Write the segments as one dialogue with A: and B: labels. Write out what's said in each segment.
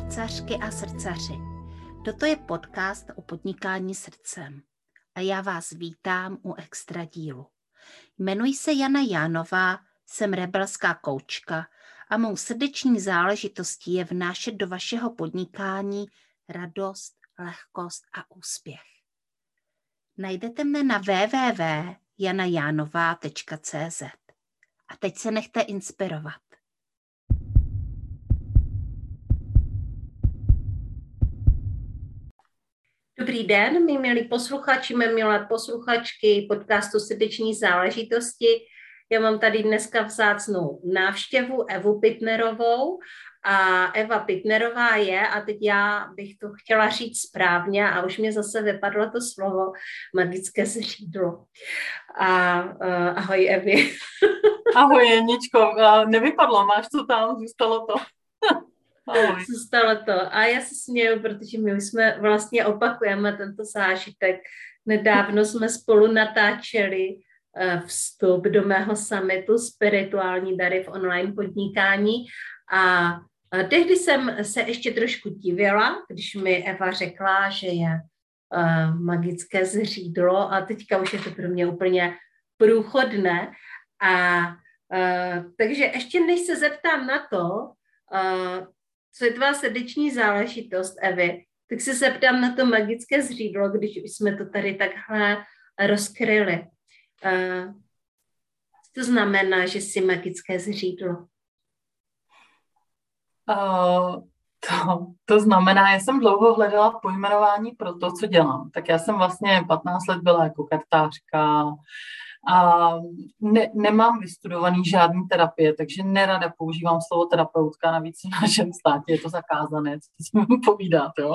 A: srdcařky a srdcaři. Toto je podcast o podnikání srdcem a já vás vítám u extra dílu. Jmenuji se Jana Jánová, jsem rebelská koučka a mou srdeční záležitostí je vnášet do vašeho podnikání radost, lehkost a úspěch. Najdete mne na www.janajanova.cz. A teď se nechte inspirovat. Dobrý den, mý milí posluchači, mé milé posluchačky podcastu Srdeční záležitosti. Já mám tady dneska vzácnou návštěvu Evu Pitnerovou a Eva Pitnerová je, a teď já bych to chtěla říct správně a už mě zase vypadlo to slovo, magické zřídlo. Ahoj Evi.
B: Ahoj Jeničko, nevypadlo, máš to tam, zůstalo to.
A: Ahoj. Zůstalo to a já se směju, protože my už jsme vlastně opakujeme tento zážitek. Nedávno jsme spolu natáčeli vstup do mého summitu Spirituální dary v online podnikání a tehdy jsem se ještě trošku divila, když mi Eva řekla, že je magické zřídlo a teďka už je to pro mě úplně průchodné. Takže ještě než se zeptám na to, co je tvá srdeční záležitost, Evi, tak se zeptám na to magické zřídlo, když už jsme to tady takhle rozkryli. Co to znamená, že jsi magické zřídlo?
B: To znamená, já jsem dlouho hledala pojmenování pro to, co dělám. Tak já jsem vlastně 15 let byla jako kartářka a nemám vystudovaný žádný terapie, takže nerada používám slovo terapeutka, navíc v našem státě je to zakázané, co si můžu povídat, jo.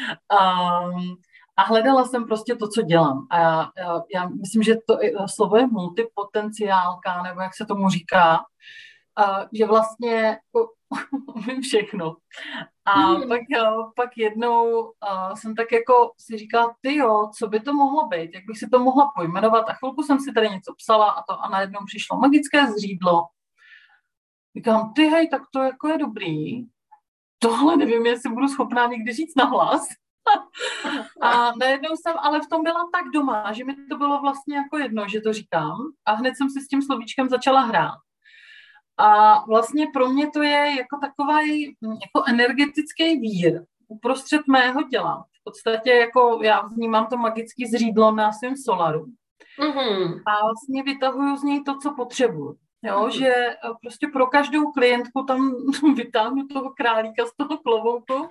B: A hledala jsem prostě to, co dělám. A já myslím, že to slovo je multipotenciálka, nebo jak se tomu říká, že vlastně umím všechno. A pak jednou jsem tak jako si říkala, co by to mohlo být, jak bych si to mohla pojmenovat. A chvilku jsem si tady něco psala a najednou přišlo magické zřídlo. Říkám, tak to jako je dobrý. Tohle nevím, jestli budu schopná někdy říct nahlas. A najednou jsem ale v tom byla tak doma, že mi to bylo vlastně jako jedno, že to říkám. A hned jsem si s tím slovíčkem začala hrát. A vlastně pro mě to je jako takový jako energetický vír uprostřed mého těla. V podstatě jako já vnímám to magické zřídlo na svém solaru. Mm-hmm. A vlastně vytahuju z něj to, co potřebuju. Jo, že prostě pro každou klientku tam vytáhnu toho králíka z toho klobouku,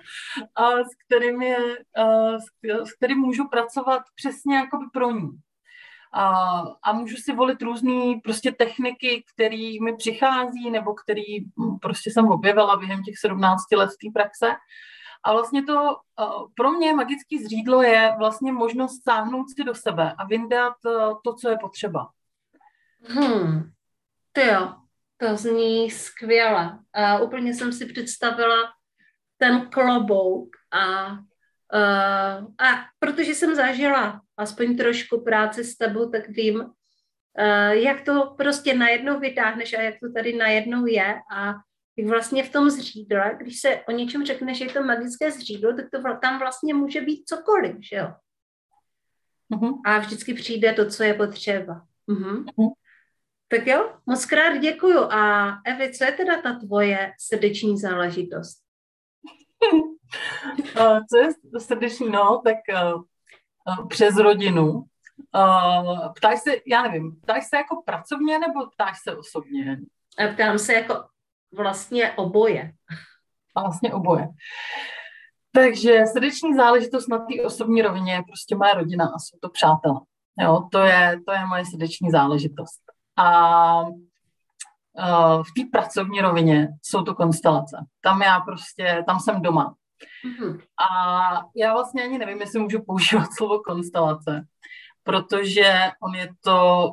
B: s kterým můžu pracovat přesně jakoby pro ní. A můžu si volit různé prostě techniky, které mi přichází, nebo které prostě jsem objevila během těch 17 let té praxe. A vlastně to pro mě magické zřídlo je vlastně možnost sáhnout si do sebe a vyndat to, co je potřeba.
A: To zní skvěle. Úplně jsem si představila ten klobouk a protože jsem zažila aspoň trošku práci s tebou, tak vím, jak to prostě najednou vytáhneš a jak to tady najednou je a jak vlastně v tom zřídle, když se o něčem řekne, že je to magické zřídlo, tak to tam vlastně může být cokoliv, že jo? Uh-huh. A vždycky přijde to, co je potřeba. Uh-huh. Uh-huh. Tak jo, moc krát děkuju. A Evi, co je teda ta tvoje srdeční záležitost?
B: Co je srdeční? Tak přes rodinu. Ptáš se, já nevím, ptáš se jako pracovně nebo ptáš se osobně?
A: Ptám se jako vlastně oboje.
B: Vlastně oboje. Takže srdeční záležitost na té osobní rovině je prostě moje rodina a jsou to přátelé. Jo, to je moje srdeční záležitost. A v té pracovní rovině jsou to konstelace. Tam jsem doma. Mm-hmm. A já vlastně ani nevím, jestli můžu používat slovo konstelace, protože on je to,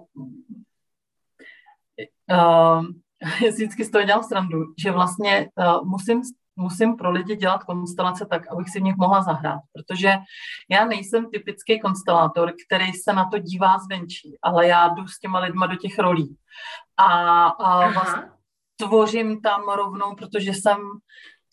B: já si vždycky z toho dělám srandu, že vlastně musím pro lidi dělat konstelace tak, abych si v nich mohla zahrát, protože já nejsem typický konstelátor, který se na to dívá zvenčí, ale já jdu s těma lidma do těch rolí a vlastně tvořím tam rovnou, protože jsem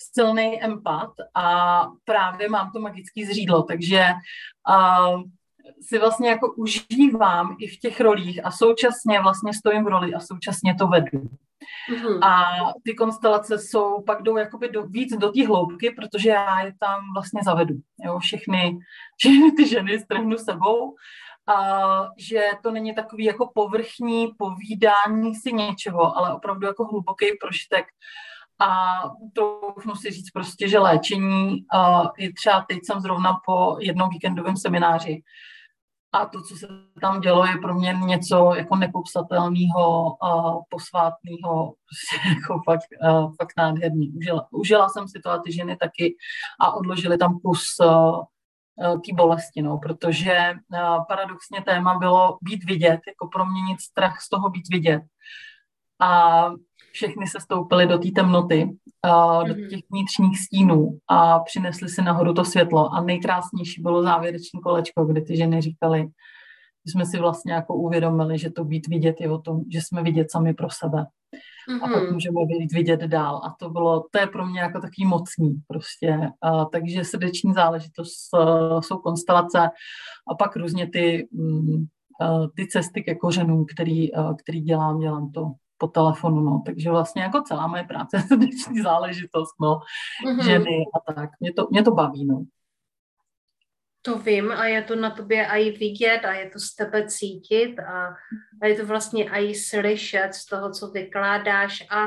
B: silný empat a právě mám to magické zřídlo, takže si vlastně jako užívám i v těch rolích a současně vlastně stojím v roli a současně to vedu.
A: Mm-hmm.
B: A ty konstelace pak jdou jakoby víc do té hloubky, protože já je tam vlastně zavedu. Jo, všechny ty ženy strhnu sebou. Že to není takový jako povrchní povídání si něčeho, ale opravdu jako hluboký prožitek. A troufnu si říct prostě, že léčení je třeba teď jsem zrovna po jednom víkendovém semináři. A to, co se tam dělo, je pro mě něco jako nepopsatelného, posvátného, prostě jako fakt nádherný. Užila jsem si to a ty ženy taky a odložili tam kus té bolesti, no, protože paradoxně téma bylo být vidět, jako proměnit strach z toho být vidět. A všechny se stoupily do té temnoty, do těch vnitřních stínů a přinesly si nahoru to světlo. A nejkrásnější bylo závěrečné kolečko, kde ty ženy říkaly, že jsme si vlastně jako uvědomili, že to být vidět je o tom, že jsme vidět sami pro sebe. A pak můžeme být vidět dál. A to je pro mě jako takový mocný prostě. Takže srdeční záležitost jsou konstelace a pak různě ty cesty ke kořenům, který dělám to po telefonu, no. Takže vlastně jako celá moje práce je srdeční záležitost, no. Ženy a tak. Mě to baví, no.
A: To vím a je to na tobě i vidět a je to z tebe cítit a je to vlastně i slyšet z toho, co vykládáš a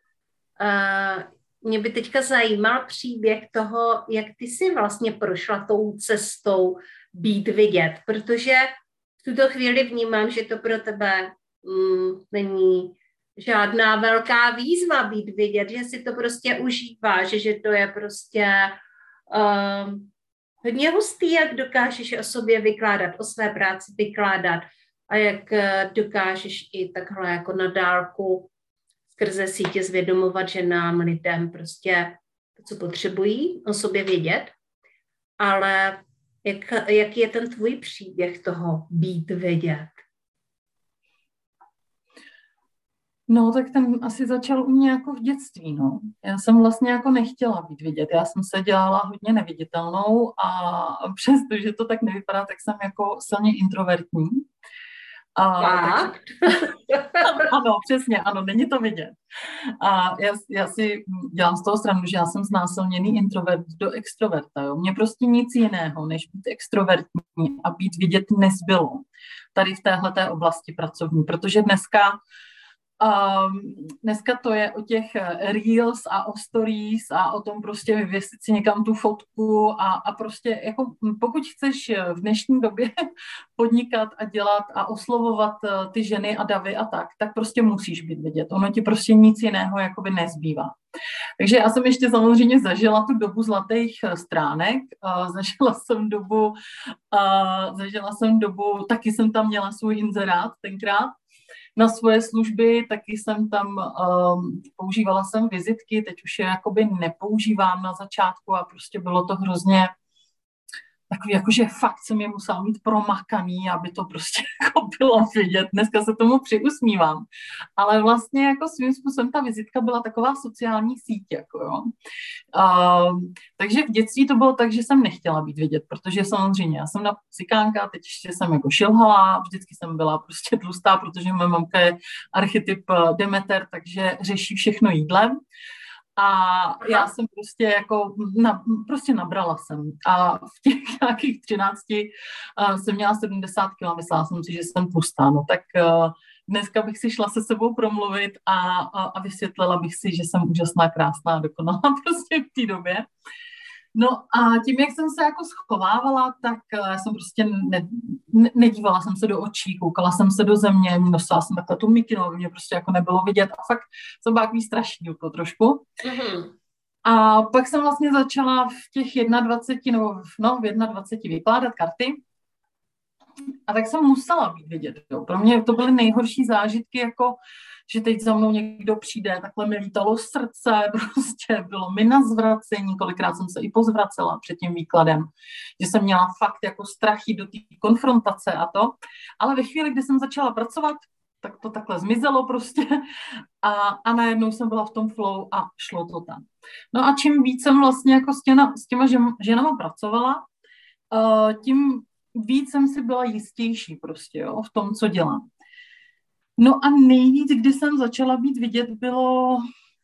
A: mě by teďka zajímal příběh toho, jak ty jsi vlastně prošla tou cestou být vidět, protože v tuto chvíli vnímám, že to pro tebe není žádná velká výzva být vidět, že si to prostě užíváš, že to je prostě hodně hustý, jak dokážeš o sobě vykládat, o své práci vykládat a jak dokážeš i takhle jako na dálku skrze sítě zvědomovat ženám, lidem prostě to, co potřebují o sobě vědět. Ale jaký je ten tvůj příběh toho být vidět?
B: No, tak ten asi začal u mě jako v dětství, no. Já jsem vlastně jako nechtěla být vidět. Já jsem se dělala hodně neviditelnou a přestože to tak nevypadá, tak jsem jako silně introvertní. Takže, ano, přesně, ano, není to vidět. A já si dělám z toho srandu, že já jsem znásilněný introvert do extroverta, jo. Mně prostě nic jiného, než být extrovertní a být vidět nezbylo. Tady v téhleté oblasti pracovní, protože dneska to je o těch reels a o stories a o tom prostě vyvěsit si někam tu fotku a prostě jako pokud chceš v dnešní době podnikat a dělat a oslovovat ty ženy a davy a tak prostě musíš být vidět. Ono ti prostě nic jiného jakoby nezbývá. Takže já jsem ještě samozřejmě zažila tu dobu zlatých stránek, zažila jsem dobu, taky jsem tam měla svůj inzerát tenkrát, na svoje služby, taky jsem tam, používala jsem vizitky, teď už je jakoby nepoužívám na začátku a prostě bylo to hrozně takový, jakože fakt jsem je musela mít promakaný, aby to prostě jako bylo vidět. Dneska se tomu přiusmívám. Ale vlastně jako svým způsobem ta vizitka byla taková sociální síť, jako jo. Takže v dětství to bylo tak, že jsem nechtěla být vidět, protože samozřejmě já jsem cikánka, teď ještě jsem jako šilhala, vždycky jsem byla prostě tlustá, protože moje mamka je archetyp Demeter, takže řeší všechno jídlem. A já jsem prostě jako, prostě nabrala jsem. A v těch nějakých 13 jsem měla 70 kg, myslela jsem si, že jsem tlustá. No tak dneska bych si šla se sebou promluvit a vysvětlila bych si, že jsem úžasná, krásná, dokonalá prostě v té době. No a tím, jak jsem se jako schovávala, tak jsem prostě nedívala jsem se do očí, koukala jsem se do země, nosila jsem takhle tu mikinu, aby mě prostě jako nebylo vidět a fakt jsem byla takový strašnílko trošku. Mm-hmm. A pak jsem vlastně začala v těch 21, v 21 vykládat karty a tak jsem musela být vidět. Jo. Pro mě to byly nejhorší zážitky, jako že teď za mnou někdo přijde, takhle mi lítalo srdce, prostě bylo mi na zvracení, kolikrát jsem se i pozvracela před tím výkladem, že jsem měla fakt jako strach jít do té konfrontace a to. Ale ve chvíli, kdy jsem začala pracovat tak to takhle zmizelo prostě a najednou jsem byla v tom flow a šlo to tam. No a čím víc jsem vlastně jako s těma ženama pracovala, tím víc jsem si byla jistější prostě, jo, v tom, co dělám. No a nejvíc, kdy jsem začala být vidět, byl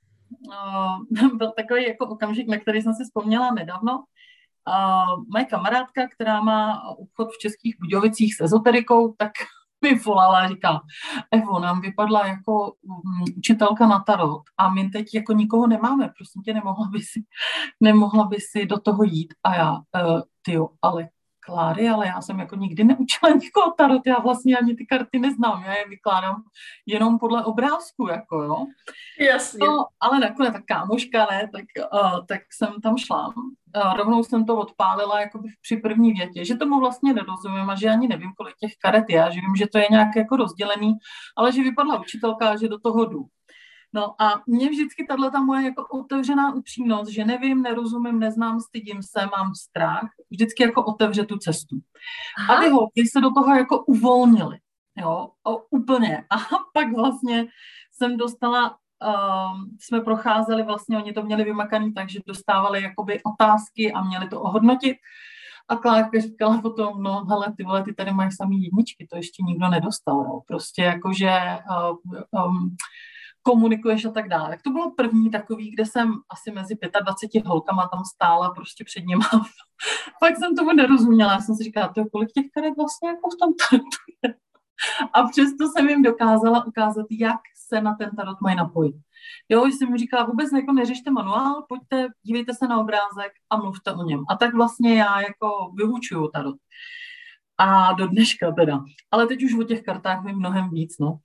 B: takový jako okamžik, na který jsem si vzpomněla nedávno. Moje kamarádka, která má obchod v Českých Budějovicích s ezoterikou, tak mi volala a říká, Evo, nám vypadla jako učitelka na tarot a my teď jako nikoho nemáme, prosím tě, nemohla by si do toho jít. A já, tyjo, ale Kláry, ale já jsem jako nikdy neučila nikoho tarot, já vlastně ani ty karty neznám, já je vykládám jenom podle obrázku, jako jo.
A: Jasně.
B: No, ale nakonec tak kámoška, ne, tak jsem tam šla. Rovnou jsem to odpálila jako při první větě, že tomu vlastně nerozumím a že ani nevím, kolik těch karet je, že vím, že to je nějak jako rozdělený, ale že vypadla učitelka a že do toho jdu. No a mě vždycky tato moje jako otevřená upřímnost, že nevím, nerozumím, neznám, stydím se, mám strach, vždycky jako otevře tu cestu. Aha. A ty holky se do toho jako uvolnily, jo, úplně. A pak vlastně jsem dostala, jsme procházeli, vlastně oni to měli vymakaný, takže dostávali jakoby otázky a měli to ohodnotit. A Klárka říkala potom, no hele, ty vole, ty tady máš samý jedničky, to ještě nikdo nedostal, jo. Prostě jakože komunikuješ a tak dále. Tak to bylo první takový, kde jsem asi mezi 25 holkama tam stála prostě před nima. Pak jsem tomu nerozuměla. Já jsem si říkala, kolik těch karet vlastně jako v tom tarotu je. A přesto jsem jim dokázala ukázat, jak se na ten tarot mají napojit. Jo, jsem mi říkala, vůbec jako neřešte manuál, pojďte, dívejte se na obrázek a mluvte o něm. A tak vlastně já jako vyučuju tarot. A do dneška teda. Ale teď už o těch kartách vím mnohem víc, no.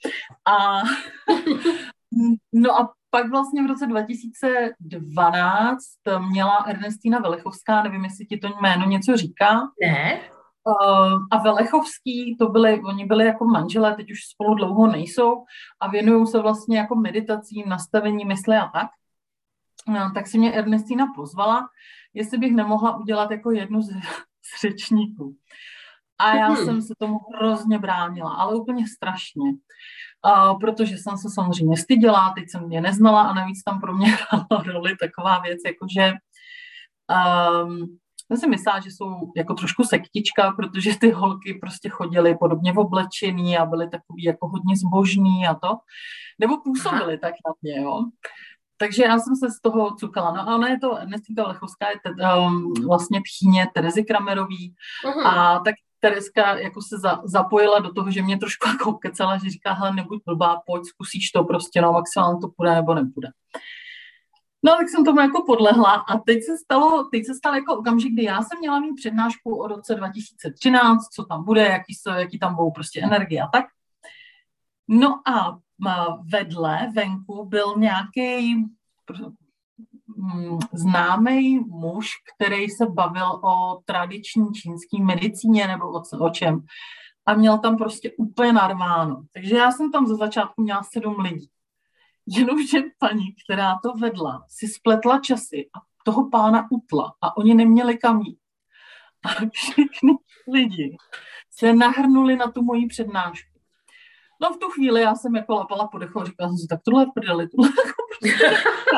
B: No a pak vlastně v roce 2012 měla Ernestina Velechovská, nevím, jestli ti to jméno něco říká.
A: Ne.
B: A Velechovský, oni byli jako manželé, teď už spolu dlouho nejsou a věnují se vlastně jako meditacím, nastavení mysli a tak. No, tak si mě Ernestina pozvala, jestli bych nemohla udělat jako jednu z řečníků. A já jsem se tomu hrozně bránila, ale úplně strašně. Protože jsem se samozřejmě styděla, teď jsem mě neznala a navíc tam pro mě hrála roli taková věc, jakože já si myslela, že jsou jako trošku sektička, protože ty holky prostě chodily podobně oblečený a byly takový jako hodně zbožný a to, nebo působily tak na mě, jo. Takže já jsem se z toho cukala. No a ona je to, Ernestinka Velechovská je vlastně tchýně Terezy Kramerový a tak Tereska jako se zapojila do toho, že mě trošku jako kecala, že říká, hele, nebuď blbá, pojď, zkusíš to prostě, no maximálně to půjde nebo nepůjde. No, tak jsem tomu jako podlehla a teď se stal jako okamžik, kdy já jsem měla mít přednášku o roce 2013, co tam bude, jaký tam budou prostě energie a tak. No a vedle, venku, byl nějaký známý muž, který se bavil o tradiční čínské medicíně nebo o čem. A měl tam prostě úplně narváno. Takže já jsem tam ze začátku měla 7 lidí. Jenomže paní, která to vedla, si spletla časy a toho pána utla a oni neměli kam jít. A všichni lidi se nahrnuli na tu moji přednášku. No v tu chvíli já jsem jako lapala po dechu a říkala jsem si, tak tohle je v prdeli, tohle jako prostě.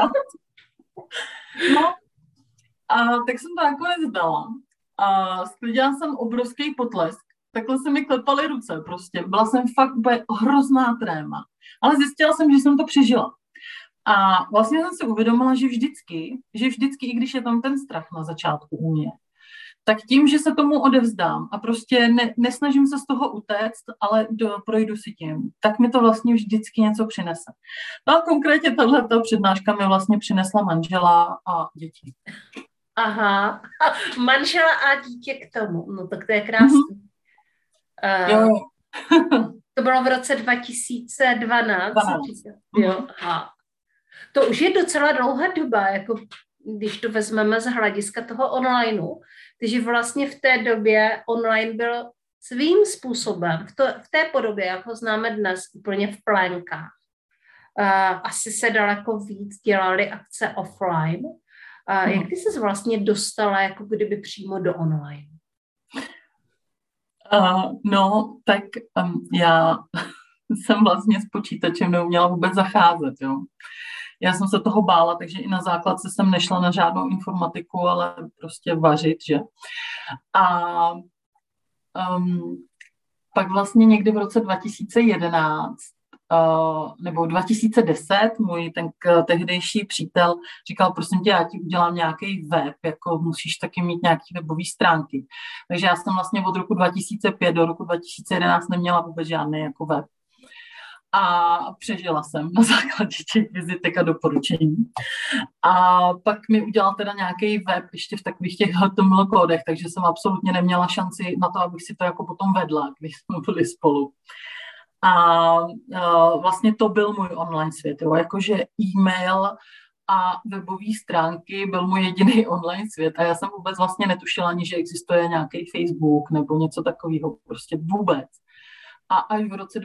B: No a tak jsem to nakonec dala a sklidila jsem obrovský potlesk. Takhle se mi klepaly ruce prostě. Byla jsem fakt úplně hrozná tréma. Ale zjistila jsem, že jsem to přežila. A vlastně jsem si uvědomila, že vždycky, i když je tam ten strach na začátku u mě, tak tím, že se tomu odevzdám a prostě nesnažím se z toho utéct, ale projdu si tím, tak mi to vlastně vždycky něco přinese. No a konkrétně tato přednáška mi vlastně přinesla manžela a děti.
A: Aha, manžela a dítě k tomu, no tak to je krásný.
B: Jo.
A: To bylo v roce 2012. Jo, aha. To už je docela dlouhá doba, jako když to vezmeme z hlediska toho onlineu, takže vlastně v té době online byl svým způsobem, v té podobě, jak ho známe dnes, úplně v plénkách. Asi se daleko víc dělaly akce offline. Jak ty ses vlastně dostala jako kdyby přímo do online?
B: No, tak já jsem vlastně s počítačem neuměla vůbec zacházet, jo. Já jsem se toho bála, takže i na základce jsem nešla na žádnou informatiku, ale prostě vařit, že. A pak vlastně někdy v roce 2011 nebo 2010 můj ten tehdejší přítel říkal, prosím tě, já ti udělám nějaký web, jako musíš taky mít nějaký webové stránky. Takže já jsem vlastně od roku 2005 do roku 2011 neměla vůbec žádný jako web. A přežila jsem na základě těch vizitek a doporučení. A pak mi udělal teda nějaký web ještě v takových těch HTML kódech, takže jsem absolutně neměla šanci na to, abych si to jako potom vedla, když jsme byli spolu. A vlastně to byl můj online svět, jo? Jakože e-mail a webové stránky byl můj jediný online svět a já jsem vůbec vlastně netušila ani, že existuje nějaký Facebook nebo něco takového, prostě vůbec. A až v roce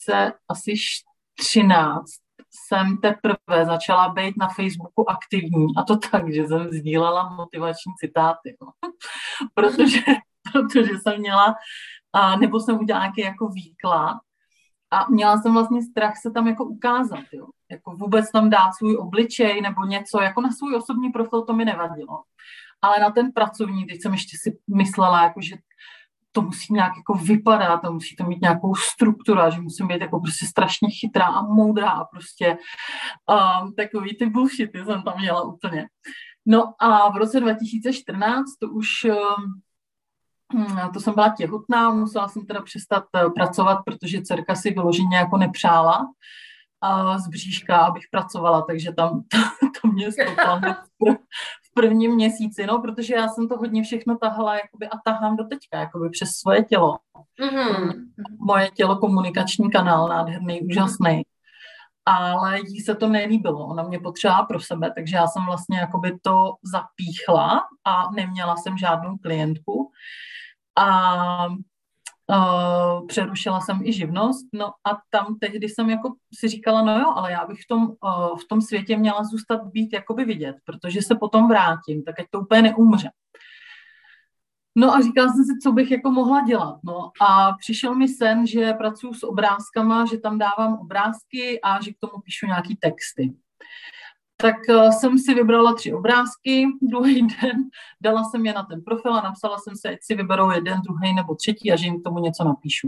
B: 2013 jsem teprve začala být na Facebooku aktivní a to tak, že jsem sdílela motivační citáty, no. protože jsem měla, nebo jsem udělala nějaký jako výklad a měla jsem vlastně strach se tam jako ukázat, jo. Jako vůbec tam dát svůj obličej nebo něco, jako na svůj osobní profil to mi nevadilo. Ale na ten pracovní, teď jsem ještě si myslela, jako, že to musí nějak jako vypadat, to musí to mít nějakou strukturu, že musím být jako prostě strašně chytrá a moudrá a prostě takový ty bullshity jsem tam měla úplně. No a v roce 2014 to jsem byla těhotná, musela jsem teda přestat pracovat, protože dcerka si vyloženě jako nepřála z bříška, abych pracovala, takže tam to mě stopalo v prvním měsíci, no, protože já jsem to hodně všechno tahala jakoby, a tahám do teďka, jakoby přes svoje tělo. Mm-hmm. Moje tělo, komunikační kanál, nádherný, úžasný. Ale jí se to nelíbilo, ona mě potřebovala pro sebe, takže já jsem vlastně jakoby to zapíchla a neměla jsem žádnou klientku. A přerušila jsem i živnost, no a tam tehdy jsem jako si říkala, no jo, ale já bych v tom světě měla zůstat být jakoby vidět, protože se potom vrátím, tak ať to úplně neumře. No a říkala jsem si, co bych jako mohla dělat, no a přišel mi sen, že pracuji s obrázkama, že tam dávám obrázky a že k tomu píšu nějaký texty. Tak jsem si vybrala 3 obrázky, druhý den dala jsem je na ten profil a napsala jsem si, ať si vyberou jeden, druhý nebo třetí a že jim k tomu něco napíšu.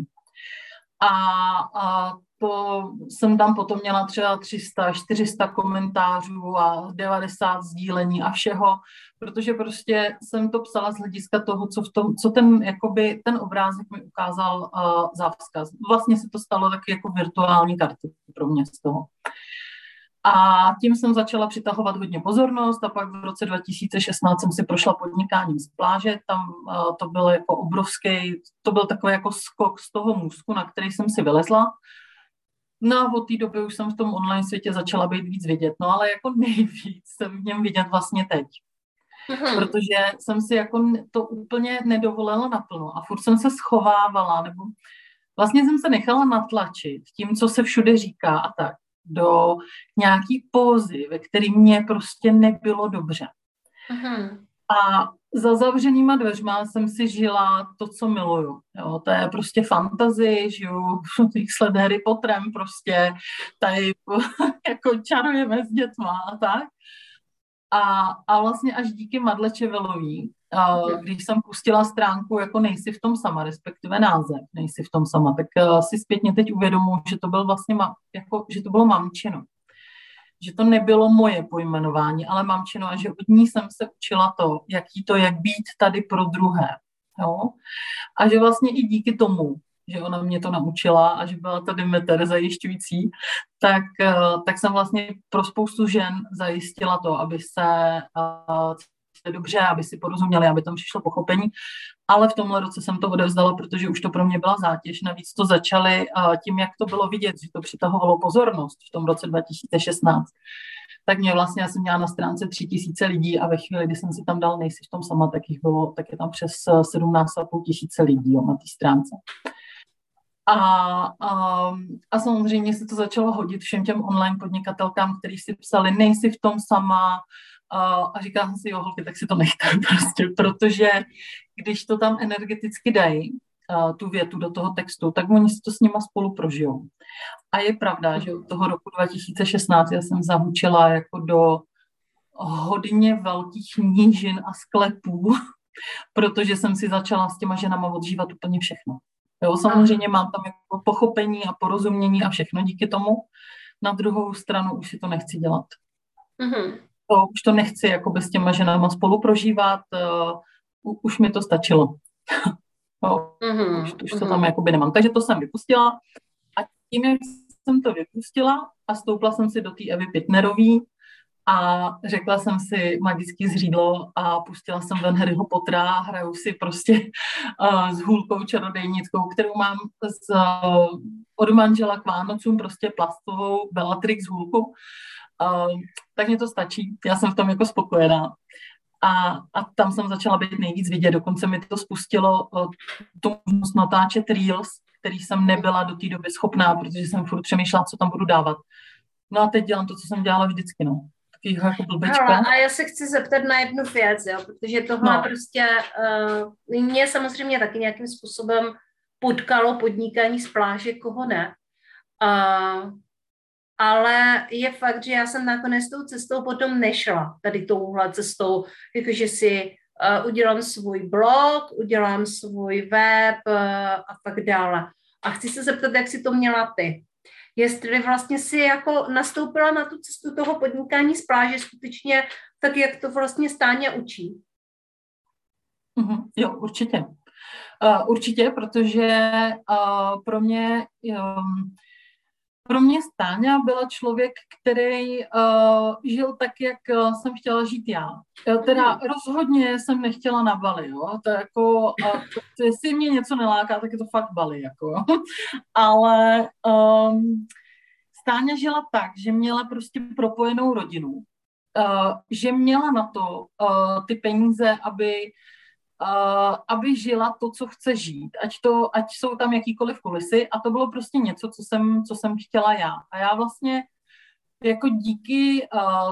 B: A to jsem tam potom měla třeba 300, 400 komentářů a 90 sdílení a všeho, protože prostě jsem to psala z hlediska toho, co ten obrázek mi ukázal za vzkaz. Vlastně se to stalo taky jako virtuální karty pro mě z toho. A tím jsem začala přitahovat hodně pozornost a pak v roce 2016 jsem si prošla podnikáním z pláže, tam to bylo jako obrovský, to byl takový jako skok z toho můstku, na který jsem si vylezla. No a od té doby už jsem v tom online světě začala být víc vidět, no ale jako nejvíc jsem v něm vidět vlastně teď. Protože jsem si jako to úplně nedovolila naplno a furt jsem se schovávala, nebo vlastně jsem se nechala natlačit tím, co se všude říká a tak, do nějaký pózy, ve který mě prostě nebylo dobře. A za zavřenýma dveřma jsem si žila to, co miluju. Jo, to je prostě fantasy, žiju sled Harry Potterem prostě, tady jako čarujeme s dětma a tak. A vlastně až díky Madle Čevelový, když jsem pustila stránku jako Nejsi v tom sama, respektive název Nejsi v tom sama, tak si zpětně teď uvědomuji, že to byl vlastně že to bylo mamčino. Že to nebylo moje pojmenování, ale mamčino a že od ní jsem se učila to, jaký to je být tady pro druhé. Jo? A že vlastně i díky tomu, že ona mě to naučila a že byla ta Demeter zajišťující, tak jsem vlastně pro spoustu žen zajistila to, aby se dobře, aby si porozuměli, aby tam přišlo pochopení. Ale v tomhle roce jsem to odevzdala, protože už to pro mě byla zátěž. Navíc to začaly tím, jak to bylo vidět, že to přitahovalo pozornost v tom roce 2016. Tak mě vlastně, já jsem měla na stránce 3000 lidí a ve chvíli, kdy jsem si tam dal Nejsi v tom sama, tak je tam přes 17 500 lidí na té stránce. A samozřejmě se to začalo hodit všem těm online podnikatelkám, kteří si psali Nejsi v tom sama, a říkala jsem si, jo, holky, tak si to nechte prostě, protože když to tam energeticky dají, tu větu do toho textu, tak oni si to s nima spolu prožijou. A je pravda, že od toho roku 2016 já jsem zahučila jako do hodně velkých nížin a sklepů, protože jsem si začala s těma ženama odžívat úplně všechno. Jo, samozřejmě mám tam jako pochopení a porozumění a všechno díky tomu. Na druhou stranu už si to nechci dělat. Už to nechci jako s těma ženama spolu prožívat. Už mi to stačilo. Už to tam jakoby nemám. Takže to jsem vypustila. A tím, jak jsem to vypustila a stoupla jsem si do té Evy Pitnerový a řekla jsem si magický zřídlo a pustila jsem ven Harryho Pottera, hraju si prostě s hůlkou čarodejnickou, kterou mám od manžela k Vánocům, prostě plastovou Bellatrix hůlku. Tak mě to stačí, já jsem v tom jako spokojená. A tam jsem začala být nejvíc vidět, dokonce mi to spustilo tu možnost natáčet Reels, který jsem nebyla do té doby schopná, protože jsem furt přemýšlela, co tam budu dávat. No a teď dělám to, co jsem dělala vždycky, no. Jako blbečka.
A: Hele, a já se chci zeptat na jednu věc, jo, protože tohle prostě mě samozřejmě taky nějakým způsobem potkalo podnikání z pláže, koho ne. Ale je fakt, že já jsem nakonec tou cestou potom nešla, tady touhle cestou, jakože si udělám svůj blog, udělám svůj web a tak dále. A chci se zeptat, jak si to měla ty. Jestli vlastně si jako nastoupila na tu cestu toho podnikání z pláže skutečně tak, jak to vlastně Stáňa učí.
B: Jo, určitě. Určitě, protože pro mě Stáňa byla člověk, který žil tak, jak jsem chtěla žít já. Teda rozhodně jsem nechtěla na Bali, jo. To jako, jestli mě něco neláká, tak je to fakt Bali, jako. Ale Stáňa žila tak, že měla prostě propojenou rodinu, že měla na to ty peníze, aby žila to, co chce žít, ať jsou tam jakýkoliv kulisy, a to bylo prostě něco, co jsem chtěla já. A já vlastně jako díky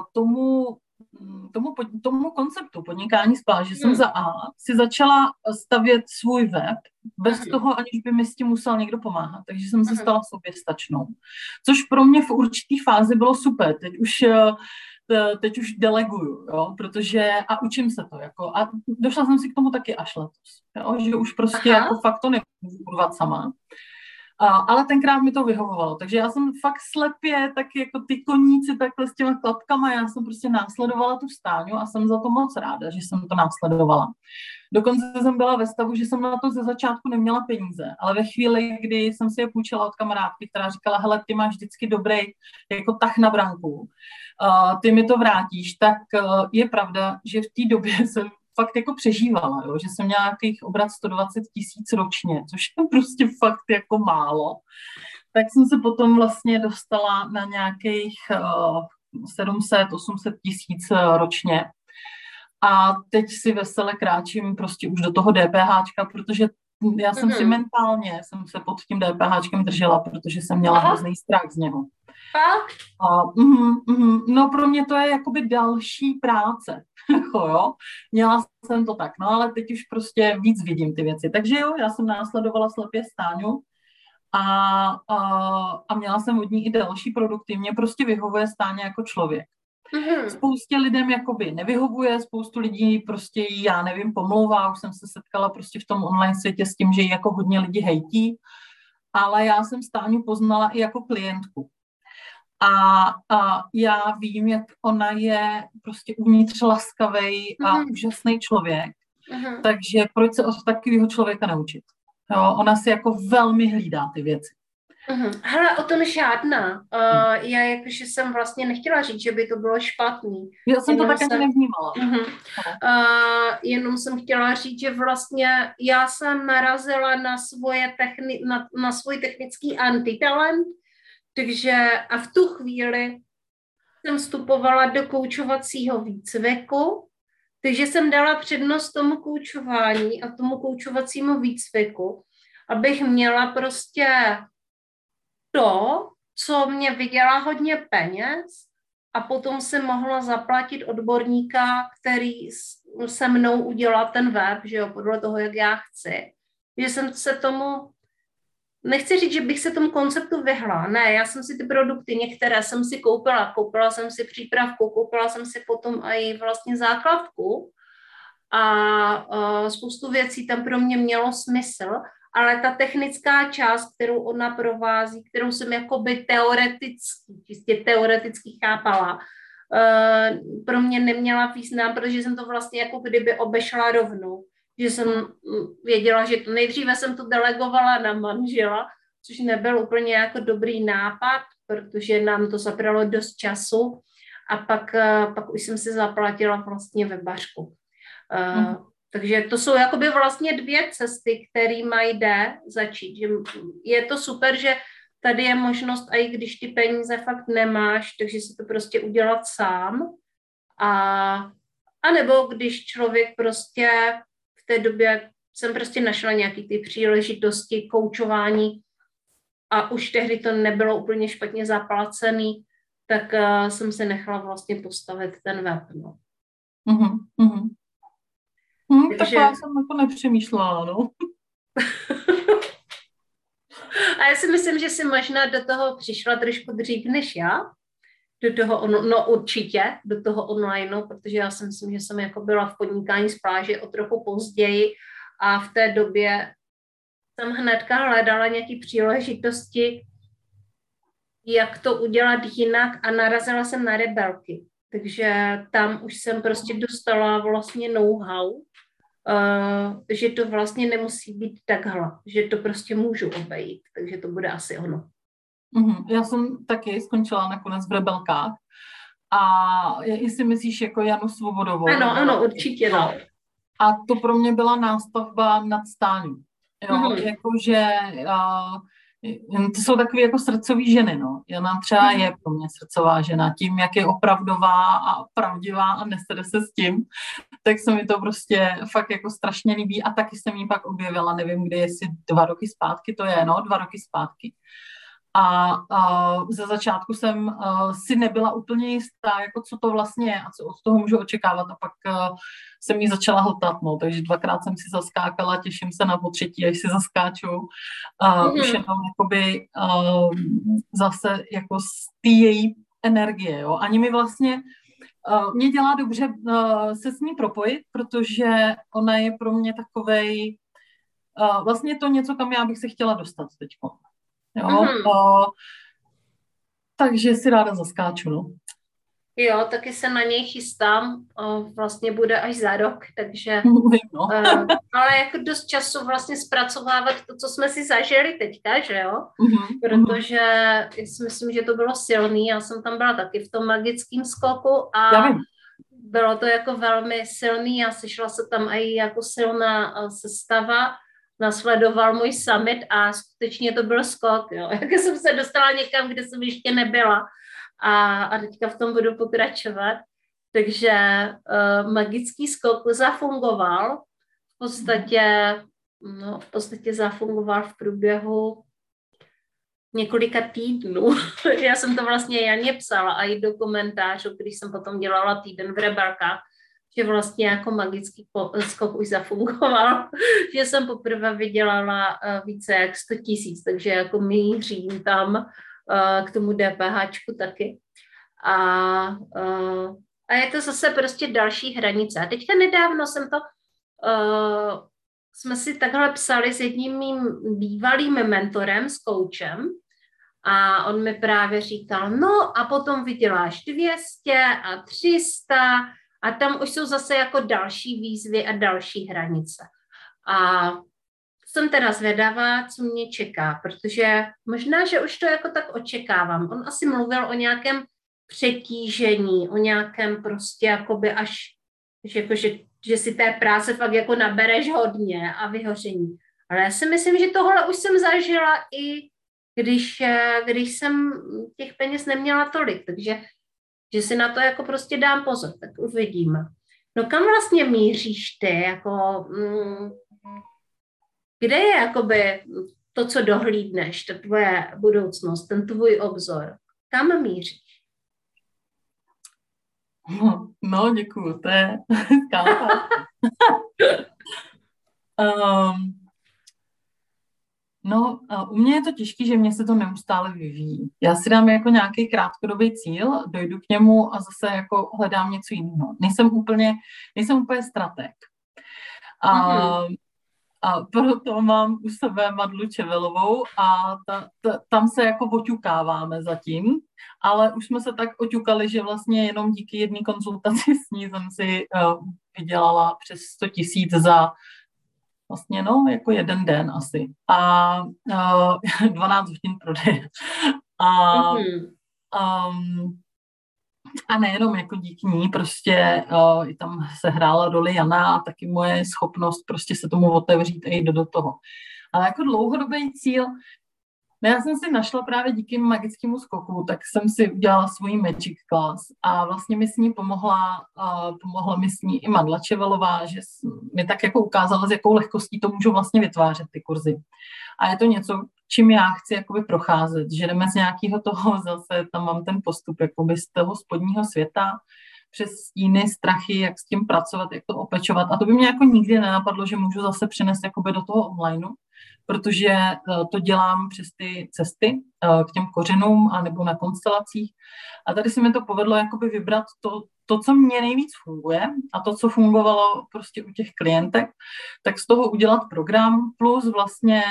B: tomu konceptu podnikání z pláže jsem za A si začala stavět svůj web bez toho, aniž by mi s tím musel někdo pomáhat. Takže jsem se stala soběstačnou. Což pro mě v určitý fázi bylo super. Teď už deleguju, jo, protože a učím se to, jako, a došla jsem si k tomu taky až letos, jo, že už prostě jako fakt to nemůžu budovat sama. Ale tenkrát mi to vyhovovalo, takže já jsem fakt slepě, tak jako ty koníci takhle s těma klapkama, já jsem prostě následovala tu Stáňu a jsem za to moc ráda, že jsem to následovala. Dokonce jsem byla ve stavu, že jsem na to ze začátku neměla peníze, ale ve chvíli, kdy jsem si je půjčila od kamarádky, která říkala, hele, ty máš vždycky dobrý jako tah na branku, ty mi to vrátíš, tak je pravda, že v té době jsem fakt jako přežívala, jo? Že jsem měla nějakých obrat 120 000 ročně, což je prostě fakt jako málo. Tak jsem se potom vlastně dostala na nějakých 700-800 000 ročně. A teď si vesele kráčím prostě už do toho DPHčka, protože já jsem si mentálně se pod tím DPHčkem držela, protože jsem měla hrozný strach z něho. No pro mě to je jakoby další práce, jo. Měla jsem to tak, no ale teď už prostě víc vidím ty věci. Takže jo, já jsem následovala slepě Stáňu a měla jsem od ní i další produkty. Mě prostě vyhovuje Stáňa jako člověk. Spoustě lidem jakoby nevyhovuje, spoustu lidí prostě já nevím, pomlouvá, už jsem se setkala prostě v tom online světě s tím, že ji jako hodně lidi hejtí, ale já jsem Stáňu poznala i jako klientku. A já vím, jak ona je prostě uvnitř laskavej a úžasný člověk. Takže proč se od takového člověka naučit? Jo, ona si jako velmi hlídá ty věci.
A: Hele, o tom žádná. Já jakože jsem vlastně nechtěla říct, že by to bylo špatný.
B: Já jsem to tak ani nevnímala.
A: Jenom jsem chtěla říct, že vlastně já jsem narazila na svůj technický antitalent, takže a v tu chvíli jsem vstupovala do koučovacího výcviku, takže jsem dala přednost tomu koučování a tomu koučovacímu výcviku, abych měla prostě to, co mě vydělá hodně peněz, a potom jsem mohla zaplatit odborníka, který se mnou udělá ten web, že jo, podle toho, jak já chci. Že jsem se tomu nechci říct, že bych se tomu konceptu vyhla. Ne, já jsem si ty produkty, některé jsem si koupila. Koupila jsem si přípravku, koupila jsem si potom i vlastně základku a spoustu věcí tam pro mě mělo smysl, ale ta technická část, kterou ona provází, kterou jsem jakoby čistě teoreticky chápala, pro mě neměla význam, protože jsem to vlastně jako kdyby obešla rovnou. Že jsem věděla, že to nejdříve jsem to delegovala na manžela, což nebyl úplně jako dobrý nápad, protože nám to zabralo dost času a pak už jsem si zaplatila vlastně webařku. Takže to jsou jakoby vlastně dvě cesty, kterými jde začít. Že je to super, že tady je možnost, a i když ty peníze fakt nemáš, takže si to prostě udělat sám. A nebo když člověk prostě v té době jsem prostě našla nějaký ty příležitosti koučování a už tehdy to nebylo úplně špatně zaplacený, tak jsem se nechala vlastně postavit ten web. No.
B: Tak já jsem jako nepřemýšlela, no.
A: A já si myslím, že jsi možná do toho přišla trošku dřív než já. Do toho, no určitě, do toho onlineu, protože já si myslím, že jsem jako byla v podnikání z pláže o trochu později a v té době jsem hnedka hledala nějaké příležitosti, jak to udělat jinak a narazila jsem na Rebelky. Takže tam už jsem prostě dostala vlastně know-how, že to vlastně nemusí být takhle, že to prostě můžu obejít, takže to bude asi ono.
B: Já jsem taky skončila nakonec v Rebelkách a jestli myslíš jako Janu Svobodovou.
A: Ano, určitě no.
B: A to pro mě byla nástavba nad stání. Jo, jakože to jsou takové jako srdcové ženy, no. Jana třeba je pro mě srdcová žena. Tím, jak je opravdová a pravdivá a nesede se s tím, tak se mi to prostě fakt jako strašně líbí a taky jsem ji pak objevila, nevím kdy, jestli 2 roky zpátky to je, 2 roky zpátky. A ze začátku jsem si nebyla úplně jistá, jako co to vlastně je a co od toho můžu očekávat a pak jsem ji začala hltat, no, takže 2krát jsem si zaskákala, těším se na potřetí, až si zaskáču. Už jenom jakoby zase jako z té její energie, jo. Ani mi vlastně mě dělá dobře se s ní propojit, protože ona je pro mě takovej vlastně to něco, kam já bych se chtěla dostat teďko. Jo, takže si ráda zaskáču, no.
A: Jo, taky se na něj chystám, vlastně bude až za rok, takže,
B: no.
A: Ale jako dost času vlastně zpracovávat to, co jsme si zažili teďka, že jo, protože si myslím, že to bylo silný, já jsem tam byla taky v tom magickém skoku a bylo to jako velmi silný a sešla se tam i jako silná sestava, nasledoval můj summit a skutečně to byl skok, jo. Jak jsem se dostala někam, kde jsem ještě nebyla a teďka v tom budu pokračovat. Takže magický skok zafungoval. V podstatě zafungoval v průběhu několika týdnů. Já jsem to vlastně Janě psala a i do komentářů, když jsem potom dělala týden v Rebelkách, že vlastně jako magický skok už zafungoval, že jsem poprvé vydělala více jak 100 000, takže jako mířím tam k tomu DPHčku taky. A je to zase prostě další hranice. A teďka nedávno jsme si takhle psali s jedním mým bývalým mentorem, s koučem, a on mi právě říkal, no a potom vyděláš 200 a 300 a tam už jsou zase jako další výzvy a další hranice. A jsem teda zvědavá, co mě čeká, protože možná, že už to jako tak očekávám. On asi mluvil o nějakém přetížení, o nějakém prostě jakoby až, že si té práce fakt jako nabereš hodně a vyhoření. Ale já si myslím, že tohle už jsem zažila i když jsem těch peněz neměla tolik, takže že si na to jako prostě dám pozor, tak uvidíme. No kam vlastně míříš ty, jako, kde je jakoby to, co dohlídneš, ta tvoje budoucnost, ten tvůj obzor, kam míříš?
B: No, děkuju, to je skvělá. No, a u mě je to těžké, že mě se to neustále vyvíjí. Já si dám jako nějaký krátkodobý cíl, dojdu k němu a zase jako hledám něco jiného. Nejsem úplně strateg. A,
A: Mhm.
B: a proto mám u sebe Madlu Čevelovou a tam se jako oťukáváme zatím, ale už jsme se tak oťukali, že vlastně jenom díky jedné konzultaci s ní jsem si vydělala přes 100 000 za vlastně, no, jako jeden den asi. A 12 hodin prodeje. A,
A: Mhm.
B: um, a nejenom jako díky ní, prostě i tam se hrála roli Jana a taky moje schopnost prostě se tomu otevřít a jít do toho. Ale jako dlouhodobý cíl, no já jsem si našla právě díky magickému skoku, tak jsem si udělala svůj Magic Class a vlastně mi s ní pomohla mi s ní i Madla Čevelová, že mi tak jako ukázala, s jakou lehkostí to můžu vlastně vytvářet ty kurzy. A je to něco, čím já chci jakoby procházet, že jdeme z nějakého toho zase, tam mám ten postup jakoby z toho spodního světa, přes stíny, strachy, jak s tím pracovat, jak to opečovat. A to by mě jako nikdy nenapadlo, že můžu zase přenést jakoby do toho onlineu, protože to dělám přes ty cesty k těm kořenům a nebo na konstelacích. A tady se mi to povedlo jakoby vybrat to, co mě nejvíc funguje a to, co fungovalo prostě u těch klientek, tak z toho udělat program plus vlastně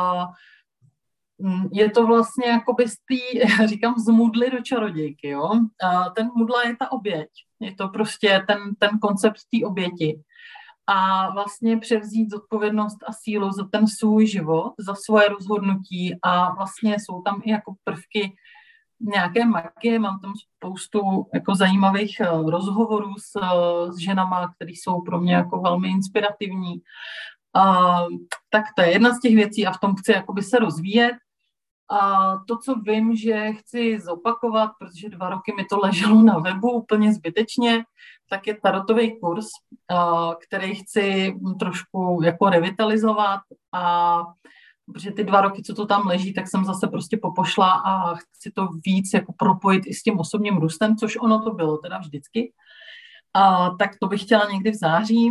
B: je to vlastně jakoby já říkám, z mudly do čarodějky, jo. Ten mudla je ta oběť, je to prostě ten koncept té oběti. A vlastně převzít zodpovědnost a sílu za ten svůj život, za svoje rozhodnutí a vlastně jsou tam i jako prvky nějaké magie, mám tam spoustu jako zajímavých rozhovorů s ženama, které jsou pro mě jako velmi inspirativní. Tak to je jedna z těch věcí a v tom chci jakoby se rozvíjet. A to, co vím, že chci zopakovat, protože 2 roky mi to leželo na webu úplně zbytečně, tak je tarotový kurz, který chci trošku jako revitalizovat a protože ty 2 roky, co to tam leží, tak jsem zase prostě popošla a chci to víc jako propojit i s tím osobním růstem, což ono to bylo teda vždycky. Tak to bych chtěla někdy v září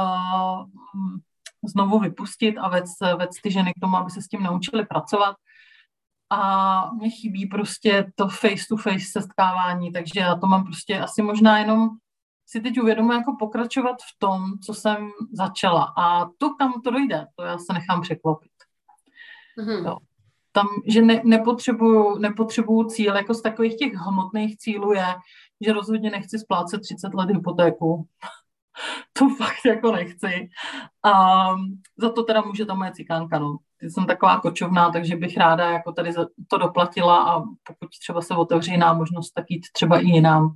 B: znovu vypustit a vést ty ženy k tomu, aby se s tím naučili pracovat. A mně chybí prostě to face-to-face setkávání, takže já to mám prostě asi možná jenom si teď uvědomuji jako pokračovat v tom, co jsem začala. A to, kam to dojde, to já se nechám překvapit. Jo. Tam, že nepotřebuju cíl, jako z takových těch hmotných cílů je, že rozhodně nechci splácet 30 let hypotéku. To fakt jako nechci. A za to teda může ta moje cikánka, no. Jsem taková kočovná, takže bych ráda jako tady to doplatila a pokud třeba se otevře jiná možnost, tak jít třeba i jinam.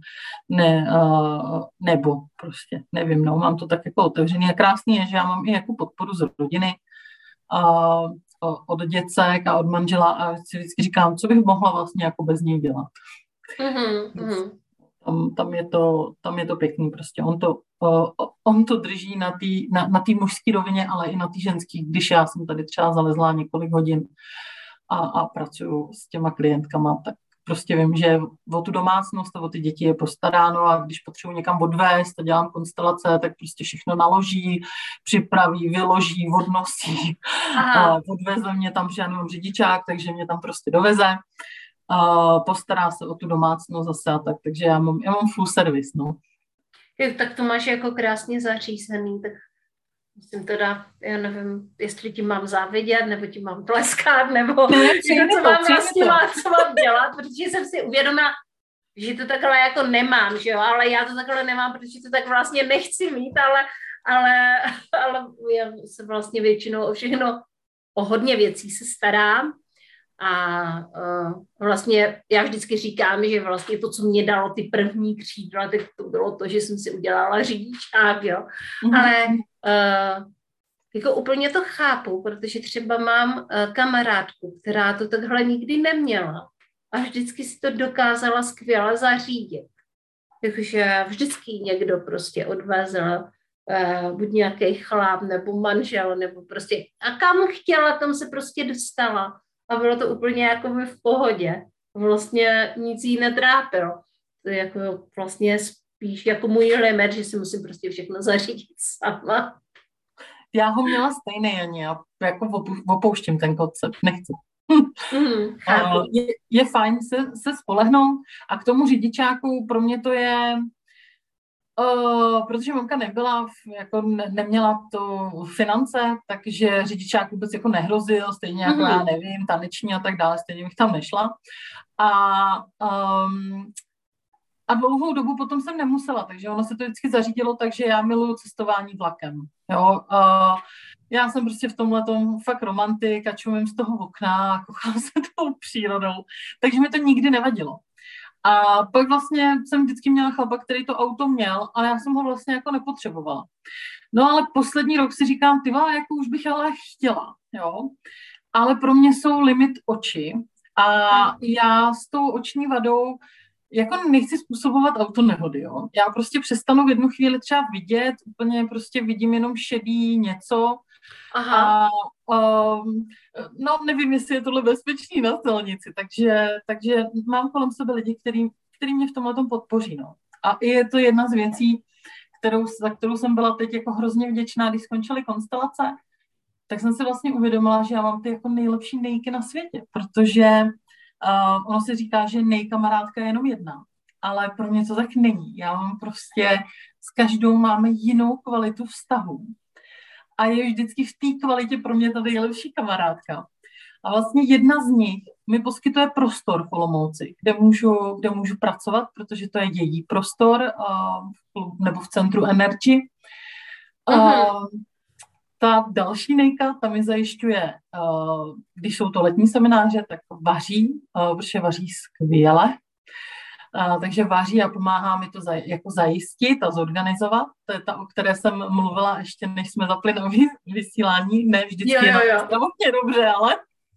B: Nebo prostě, nevím, no, mám to tak jako otevřený a krásný je, že já mám i jako podporu z rodiny, od děcek a od manžela a si vždycky říkám, co bych mohla vlastně jako bez něj dělat.
A: Mm-hmm.
B: Tam je to pěkný prostě. On to drží na té mužské rovině, ale i na té ženské, když já jsem tady třeba zalezla několik hodin a pracuju s těma klientkama, tak prostě vím, že o tu domácnost a o ty děti je postaráno a když potřebuji někam odvést a dělám konstelace, tak prostě všechno naloží, připraví, vyloží, odnosí a odveze mě tam, že já nemám řidičák, takže mě tam prostě doveze. Postará se o tu domácnost zase a tak, takže já mám full service, no.
A: Tak to máš jako krásně zařízený, tak myslím teda, já nevím, jestli ti mám závidět, nebo ti mám tleskat, nebo co mám dělat, protože jsem si uvědomila, že to takhle jako nemám, že jo, ale já to takhle nemám, protože to tak vlastně nechci mít, ale já se vlastně většinou o hodně věcí se starám. A vlastně já vždycky říkám, že vlastně to, co mě dalo ty první křídla, tak to bylo to, že jsem si udělala řidičák, jo. Ale jako úplně to chápu, protože třeba mám kamarádku, která to takhle nikdy neměla a vždycky si to dokázala skvěle zařídit. Takže vždycky někdo prostě odvezl buď nějaký chlap, nebo manžel, nebo prostě a kam chtěla, tam se prostě dostala. A bylo to úplně jako v pohodě. Vlastně nic jí netrápilo. To je jako vlastně spíš jako můj limit, že si musím prostě všechno zařídit sama.
B: Já ho měla stejný, Janě. A jako opouštím ten koncept, nechci.
A: Chápu.
B: Je fajn se spolehnout a k tomu řidičáku pro mě to je, protože mamka nebyla, jako neměla to finance, takže řidičák vůbec jako nehrozil, stejně jako já nevím, taneční a tak dále, stejně bych tam nešla. A dlouhou dobu potom jsem nemusela, takže ono se to vždycky zařídilo, takže já miluju cestování vlakem. Jo? Já jsem prostě v tomhletom fakt romantik a čumím z toho okna a kochám se tou přírodou, takže mi to nikdy nevadilo. A pak vlastně jsem vždycky měla chlapa, který to auto měl, ale já jsem ho vlastně jako nepotřebovala. No ale poslední rok si říkám, ty vole, jako už bych ale chtěla, jo. Ale pro mě jsou limit oči a já s tou oční vadou jako nechci způsobovat autonehody, jo. Já prostě přestanu v jednu chvíli třeba vidět, úplně prostě vidím jenom šedý něco. Aha. No nevím, jestli je tohle bezpečný na silnici, takže mám kolem sebe lidi, který mě v tomhle tom podpoří, no. A je to jedna z věcí, za kterou jsem byla teď jako hrozně vděčná, když skončily konstelace, tak jsem si vlastně uvědomila, že já mám ty jako nejlepší nejky na světě, protože ono se říká, že nejkamarádka je jenom jedna, ale pro mě to tak není. Já mám prostě, s každou máme jinou kvalitu vztahu. A je vždycky v té kvalitě pro mě ta nejlepší kamarádka. A vlastně jedna z nich mi poskytuje prostor v Olomouci, kde můžu pracovat, protože to je její prostor, nebo v centru Energy. Ta další nejka, ta mi zajišťuje, když jsou to letní semináře, tak vaří, protože vaří skvěle. Takže vaří a pomáhá mi to jako zajistit a zorganizovat. To je ta, o které jsem mluvila ještě, než jsme zapli na vysílání. Ne vždycky je zdravotně dobře, ale...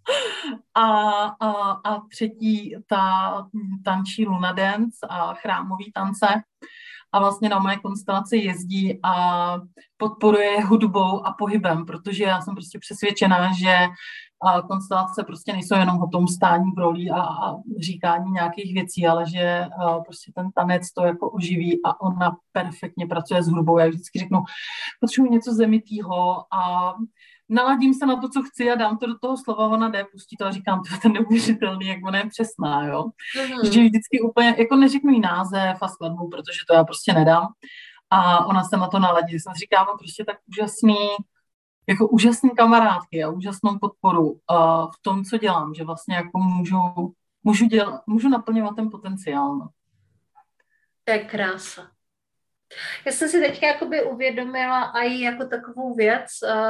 B: A třetí, ta tančí Luna Dance a chrámový tance. A vlastně na moje konstelace jezdí a podporuje hudbou a pohybem, protože já jsem prostě přesvědčená, že konstelace prostě nejsou jenom o tom stání v roli a říkání nějakých věcí, ale že prostě ten tanec to jako oživí a ona perfektně pracuje s hudbou. Já vždycky řeknu, potřebuji něco zemitýho a naladím se na to, co chci a dám to do toho slova, ona jde, pustí to a říkám, to je neuvěřitelný, jak ona je přesná, jo. Že vždycky úplně, jako neřeknu jí název a skladbu, protože to já prostě nedám. A ona se na to naladí. Jsem říkám, prostě tak úžasný kamarádky a úžasnou podporu v tom, co dělám, že vlastně jako můžu naplňovat ten potenciál. No.
A: To je krása. Já jsem si teďka jakoby uvědomila i jako takovou věc,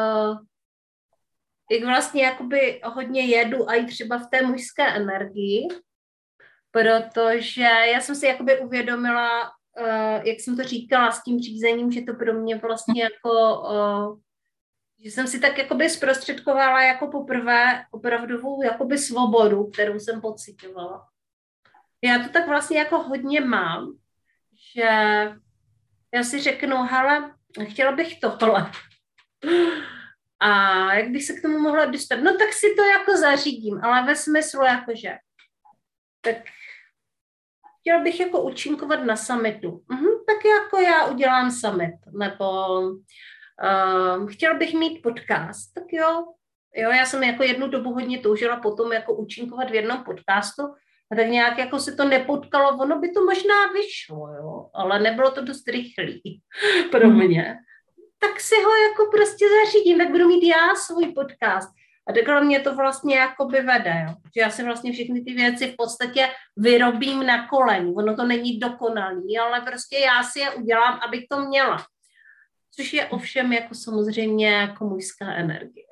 A: jak vlastně jakoby hodně jedu i třeba v té mužské energii, protože já jsem si jakoby uvědomila, jak jsem to říkala s tím řízením, že to pro mě vlastně jako, že jsem si tak jakoby zprostředkovala jako poprvé opravdovou jakoby svobodu, kterou jsem pocitovala. Já to tak vlastně jako hodně mám, že já si řeknu, hele, chtěla bych tohle. A jak bych se k tomu mohla dostat? No tak si to jako zařídím, ale ve smyslu jakože. Tak chtěla bych jako účinkovat na summitu. Tak jako já udělám summit. Nebo chtěla bych mít podcast. Tak jo, já jsem jako jednu dobu hodně toužila potom jako účinkovat v jednom podcastu. A tak nějak jako se to nepotkalo. Ono by to možná vyšlo, jo, ale nebylo to dost rychlý pro mě. Tak si ho jako prostě zařídím, tak budu mít já svůj podcast. A takhle mě to vlastně jakoby vede, jo. Že já si vlastně všechny ty věci v podstatě vyrobím na koleni. Ono to není dokonalý, ale prostě já si je udělám, abych to měla. Což je ovšem jako samozřejmě jako mužská energie.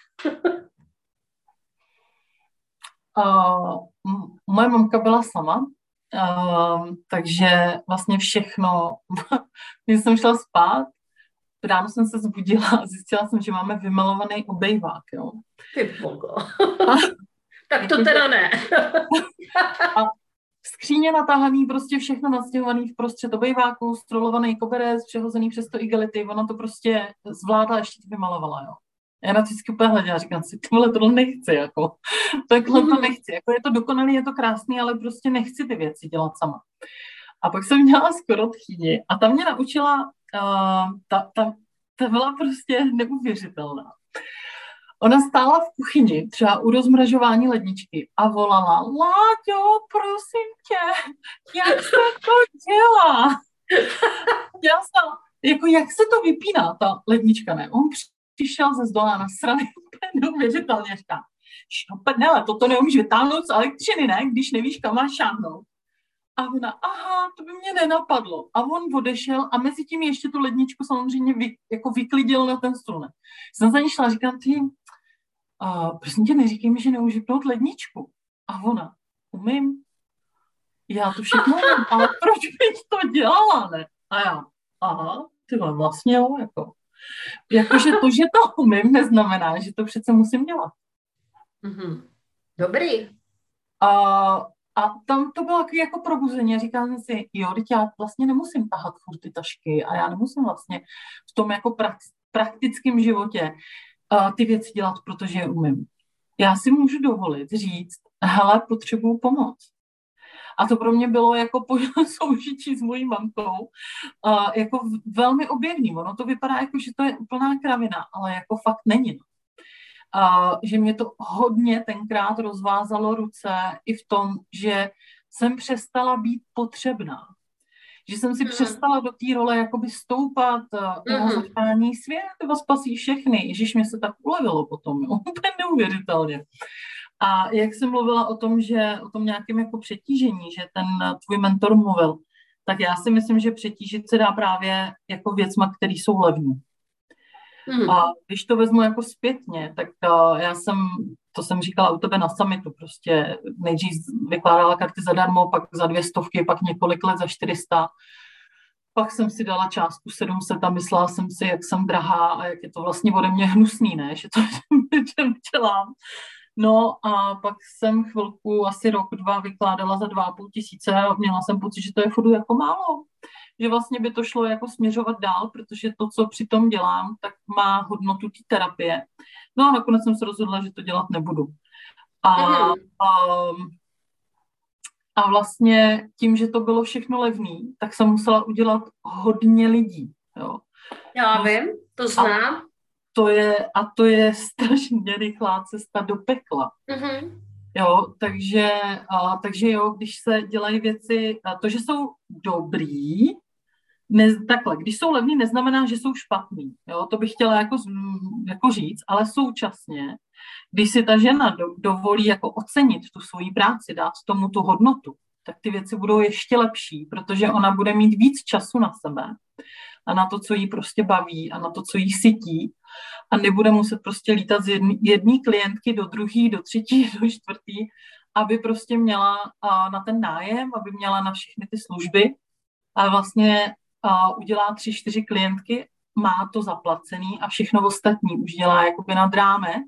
B: Moje mamka byla sama, takže vlastně všechno, když jsem šla spát, ráno jsem se zbudila a zjistila jsem, že máme vymalovaný obejvák, jo.
A: Ty bogo. Tak to teda ne.
B: A skříně natáhaný, prostě všechno nastěhovaný v prostřed obejváku, strolovaný koberec, přehozený přes to igelity, ona to prostě zvládla, ještě to vymalovala, jo. Já na to vždycky úplně hleděla, říkám si, tohle nechci, jako. Takhle to nechci, jako je to dokonalý, je to krásný, ale prostě nechci ty věci dělat sama. A pak jsem měla skoro tchýni a ta mě naučila, ta byla prostě neuvěřitelná. Ona stála v kuchyni, třeba u rozmražování ledničky a volala: Láďo, prosím tě, jak se to dělá? Já jsem, jako jak se to vypíná, ta lednička, ne? On přišel ze zdola na strany úplně neuvěřitelně, říká: Šnopenele, toto neumíš vytáhnout z elektřiny, ne? Když nevíš, kam máš šáhnout. A ona: aha, to by mě nenapadlo. A on odešel a mezi tím ještě tu ledničku samozřejmě jako vyklidil na ten stůl. Jsem za ní šla a říkám: ty, prosím tě, neříkej mi, že neumíš vypnout ledničku. A ona: umím. Já to všechno umím, ale proč bych to dělala, ne? A já: aha, ty vlastně jo, jako. Jakože to, že to umím, neznamená, že to přece musím dělat.
A: Mm-hmm. Dobrý.
B: A tam to bylo takový jako probuzení. Říkám jsem si: jo, teď já vlastně nemusím tahat furt ty tašky a já nemusím vlastně v tom jako praktickém životě ty věci dělat, protože je umím. Já si můžu dovolit říct: hele, potřebuju pomoc. A to pro mě bylo jako soužití s mojí mamkou jako velmi objevný. Ono to vypadá jako, že to je úplná kravina, ale jako fakt není. Že mě to hodně tenkrát rozvázalo ruce i v tom, že jsem přestala být potřebná. Že jsem si přestala do té role jakoby stoupat, zachrání svět, vás spasí všechny. Ježiš, mě se tak ulevilo potom, jo, úplně neuvěřitelně. A jak jsem mluvila o tom, že o tom nějakém jako přetížení, že ten tvůj mentor mluvil, tak já si myslím, že přetížit se dá právě jako věcma, které jsou levní. A když to vezmu jako zpětně, tak to jsem říkala u tebe na summitu, prostě nejdřív vykládala karty zadarmo, pak za 200, pak několik let za 400, pak jsem si dala částku 700 a myslela jsem si, jak jsem drahá a jak je to vlastně ode mě hnusný, ne, že to dělám. No a pak jsem chvilku, asi rok, 2 vykládala za 2,5 tisíce a měla jsem pocit, že to je furt jako málo. Že vlastně by to šlo jako směřovat dál, protože to, co přitom dělám, tak má hodnotu té terapie. No a nakonec jsem se rozhodla, že to dělat nebudu. A vlastně tím, že to bylo všechno levný, tak jsem musela udělat hodně lidí. Jo.
A: Já vím, to znám.
B: To je strašně rychlá cesta do pekla. Jo, takže jo, když se dělají věci, to, že jsou dobrý, takhle, když jsou levný, neznamená, že jsou špatný. Jo, to bych chtěla jako říct, ale současně, když si ta žena dovolí jako ocenit tu svoji práci, dát tomu tu hodnotu, tak ty věci budou ještě lepší, protože ona bude mít víc času na sebe a na to, co jí prostě baví a na to, co jí sytí a nebude muset prostě lítat z jedné klientky do druhé, do třetí, do čtvrtý, aby prostě měla na ten nájem, aby měla na všechny ty služby a vlastně udělá 3-4 klientky, má to zaplacený a všechno ostatní už dělá jakoby nad rámec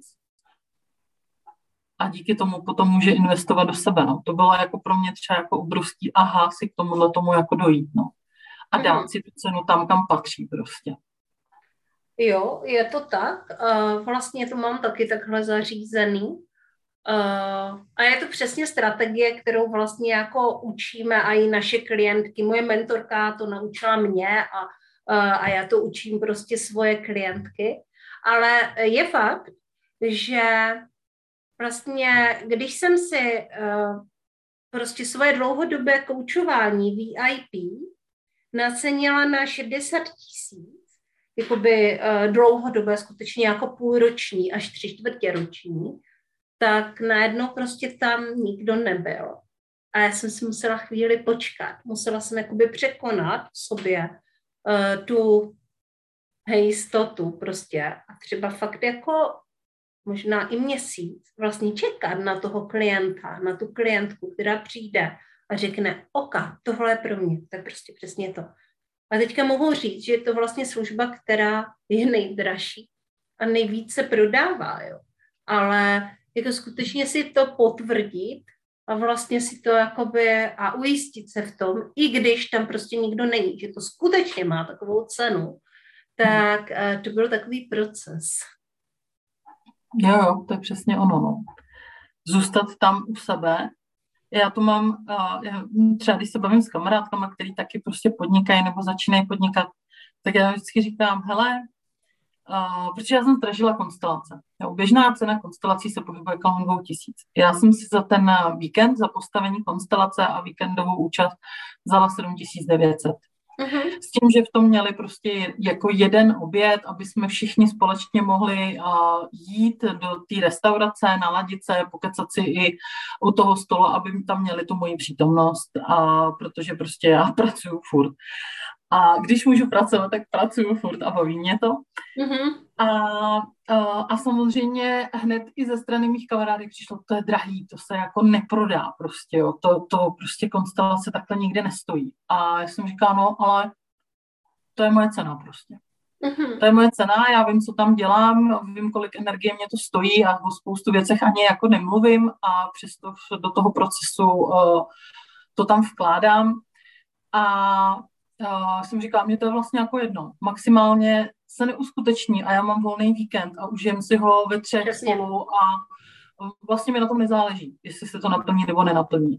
B: a díky tomu potom může investovat do sebe. No. To bylo jako pro mě třeba jako obrovský aha si k tomu jako dojít. No. A dát si tu cenu tam, kam patří prostě.
A: Jo, je to tak. Vlastně to mám taky takhle zařízený. A je to přesně strategie, kterou vlastně jako učíme a i naše klientky. Moje mentorka to naučila mě a já to učím prostě svoje klientky. Ale je fakt, že vlastně, když jsem si prostě svoje dlouhodobé koučování VIP nacenila na 60 000, jakoby dlouhodobé, skutečně jako půlroční až 3/4 roční, tak najednou prostě tam nikdo nebyl. A já jsem si musela chvíli počkat. Musela jsem jakoby překonat v sobě tu jistotu prostě. A třeba fakt jako možná i měsíc vlastně čekat na toho klienta, na tu klientku, která přijde a řekne: oka, tohle je pro mě. To je prostě přesně to. A teďka mohu říct, že je to vlastně služba, která je nejdražší a nejvíce prodává, jo. Ale jako skutečně si to potvrdit a vlastně si to jakoby a ujistit se v tom, i když tam prostě nikdo není, že to skutečně má takovou cenu, tak to byl takový proces.
B: Jo, to je přesně ono, no. Zůstat tam u sebe. Já to mám, třeba když se bavím s kamarádkama, který taky prostě podnikají nebo začínají podnikat, tak já vždycky říkám: hele, Protože já jsem zdražila konstelace. Jo, běžná cena konstelací se pohybuje kolem 2000. Já jsem si za ten víkend, za postavení konstelace a víkendovou účast vzala 7900. S tím, že v tom měli prostě jako jeden oběd, aby jsme všichni společně mohli jít do té restaurace, naladit se, pokecat si i u toho stolu, aby tam měli tu moji přítomnost, protože prostě já pracuju furt. A když můžu pracovat, tak pracuju furt a baví mě to. A samozřejmě hned i ze strany mých kamarádek přišlo, to je drahý, to se jako neprodá prostě, jo. To prostě konstelace takhle nikde nestojí. A já jsem říkala, no, ale to je moje cena prostě. To je moje cena, já vím, co tam dělám, vím, kolik energie mě to stojí a o spoustu věcech ani jako nemluvím a přesto do toho procesu to tam vkládám. A jsem říkala, mě to je vlastně jako jedno. Maximálně se neuskuteční a já mám volný víkend a užijem si ho ve 3 spolu a vlastně mi na tom nezáleží, jestli se to naplní nebo nenaplní.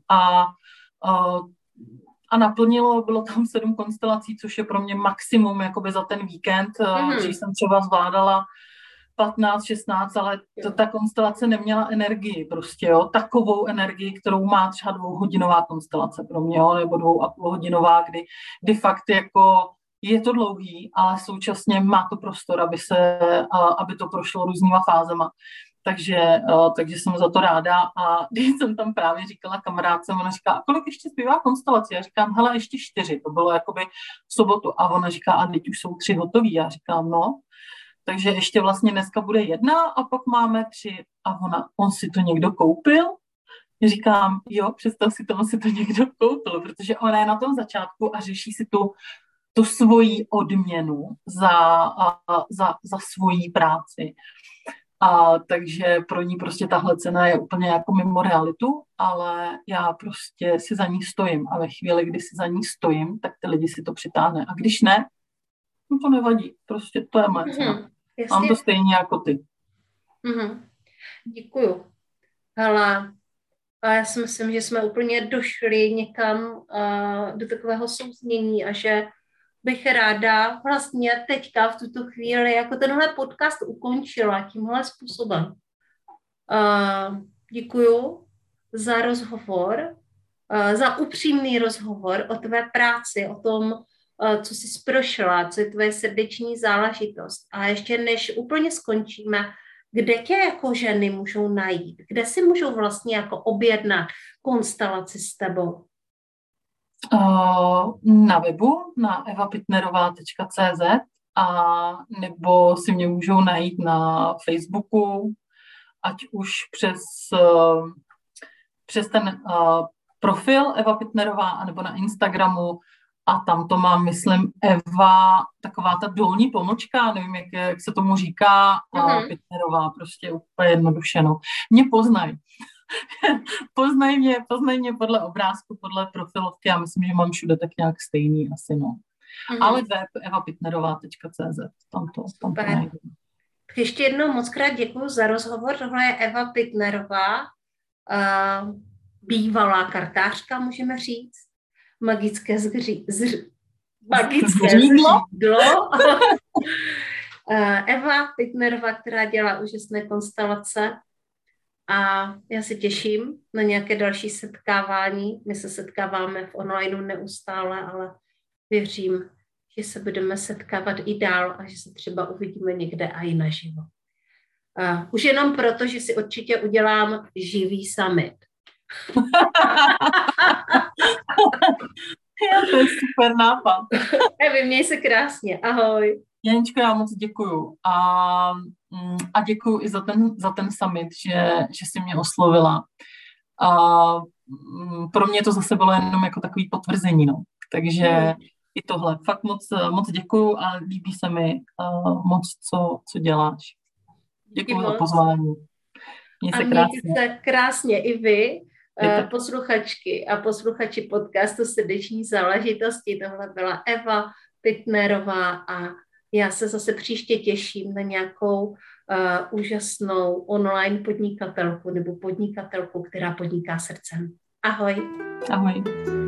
B: A naplnilo, bylo tam 7 konstelací, což je pro mě maximum jakoby za ten víkend, když jsem třeba zvládala 15, 16, ale ta konstelace neměla energii prostě, jo, takovou energii, kterou má třeba 2hodinová konstelace pro mě, jo, nebo 2,5hodinová, kdy fakt jako je to dlouhý, ale současně má to prostor, aby to prošlo různýma fázema. Takže jsem za to ráda a když jsem tam právě říkala kamarádce, ona říká, a kolik ještě zbývá konstelací? Já říkám, hele, ještě 4, to bylo jakoby v sobotu a ona říká, a teď už jsou 3 hotový. Já říkám, no, takže ještě vlastně dneska bude 1 a pak máme 3 a on si to někdo koupil? Já říkám, jo, představ si to, on si to někdo koupil, protože ona je na tom začátku a řeší si tu svoji odměnu za svoji práci. Takže pro ní prostě tahle cena je úplně jako mimo realitu, ale já prostě si za ní stojím a ve chvíli, kdy si za ní stojím, tak ty lidi si to přitáhne a když ne, no to nevadí, prostě to je moje cena. Mám to stejně jako ty.
A: Děkuju. Hele, a já si myslím, že jsme úplně došli někam do takového souznění a že bych ráda vlastně teďka v tuto chvíli jako tenhle podcast ukončila tímhle způsobem. Děkuju za rozhovor, za upřímný rozhovor o tvé práci, o tom, co jsi prošla, co je tvoje srdeční záležitost. A ještě než úplně skončíme, kde tě jako ženy můžou najít? Kde si můžou vlastně jako objednat konstelaci s tebou?
B: Na webu, na evapitnerová.cz a nebo si mě můžou najít na Facebooku, ať už přes ten profil Eva Pitnerová, anebo na Instagramu a tam to mám, myslím, Eva, taková ta dolní pomlčka, nevím, jak se tomu říká, Pitnerová, prostě úplně jednoduše, no. Mě poznají. Poznaj mě podle obrázku, podle profilovky, já myslím, že mám všude tak nějak stejný asi, no. Ale web evapitnerová.cz, tam to najdu.
A: Ještě jednou moc krát děkuji za rozhovor, tohle je Eva Pitnerová, bývalá kartářka, můžeme říct, magické zřídlo. Eva Pitnerová, která dělá úžasné konstelace. A já se těším na nějaké další setkávání. My se setkáváme v onlineu neustále, ale věřím, že se budeme setkávat i dál a že se třeba uvidíme někde i naživo. Už jenom proto, že si určitě udělám živý summit.
B: To je super nápad.
A: Evi, měj se krásně. Ahoj.
B: Janičko, já moc děkuju. A děkuju i za ten summit, že jsi mě oslovila. Pro mě to zase bylo jenom jako takový potvrzení, no. Takže i tohle. Fakt moc děkuju a líbí se mi moc, co děláš. Děkuju za pozvání.
A: Mějte se krásně i vy, posluchačky a posluchači podcastu Srdeční záležitosti. Tohle byla Eva Pitnerová a já se zase příště těším na nějakou úžasnou online podnikatelku nebo podnikatelku, která podniká srdcem. Ahoj.
B: Ahoj.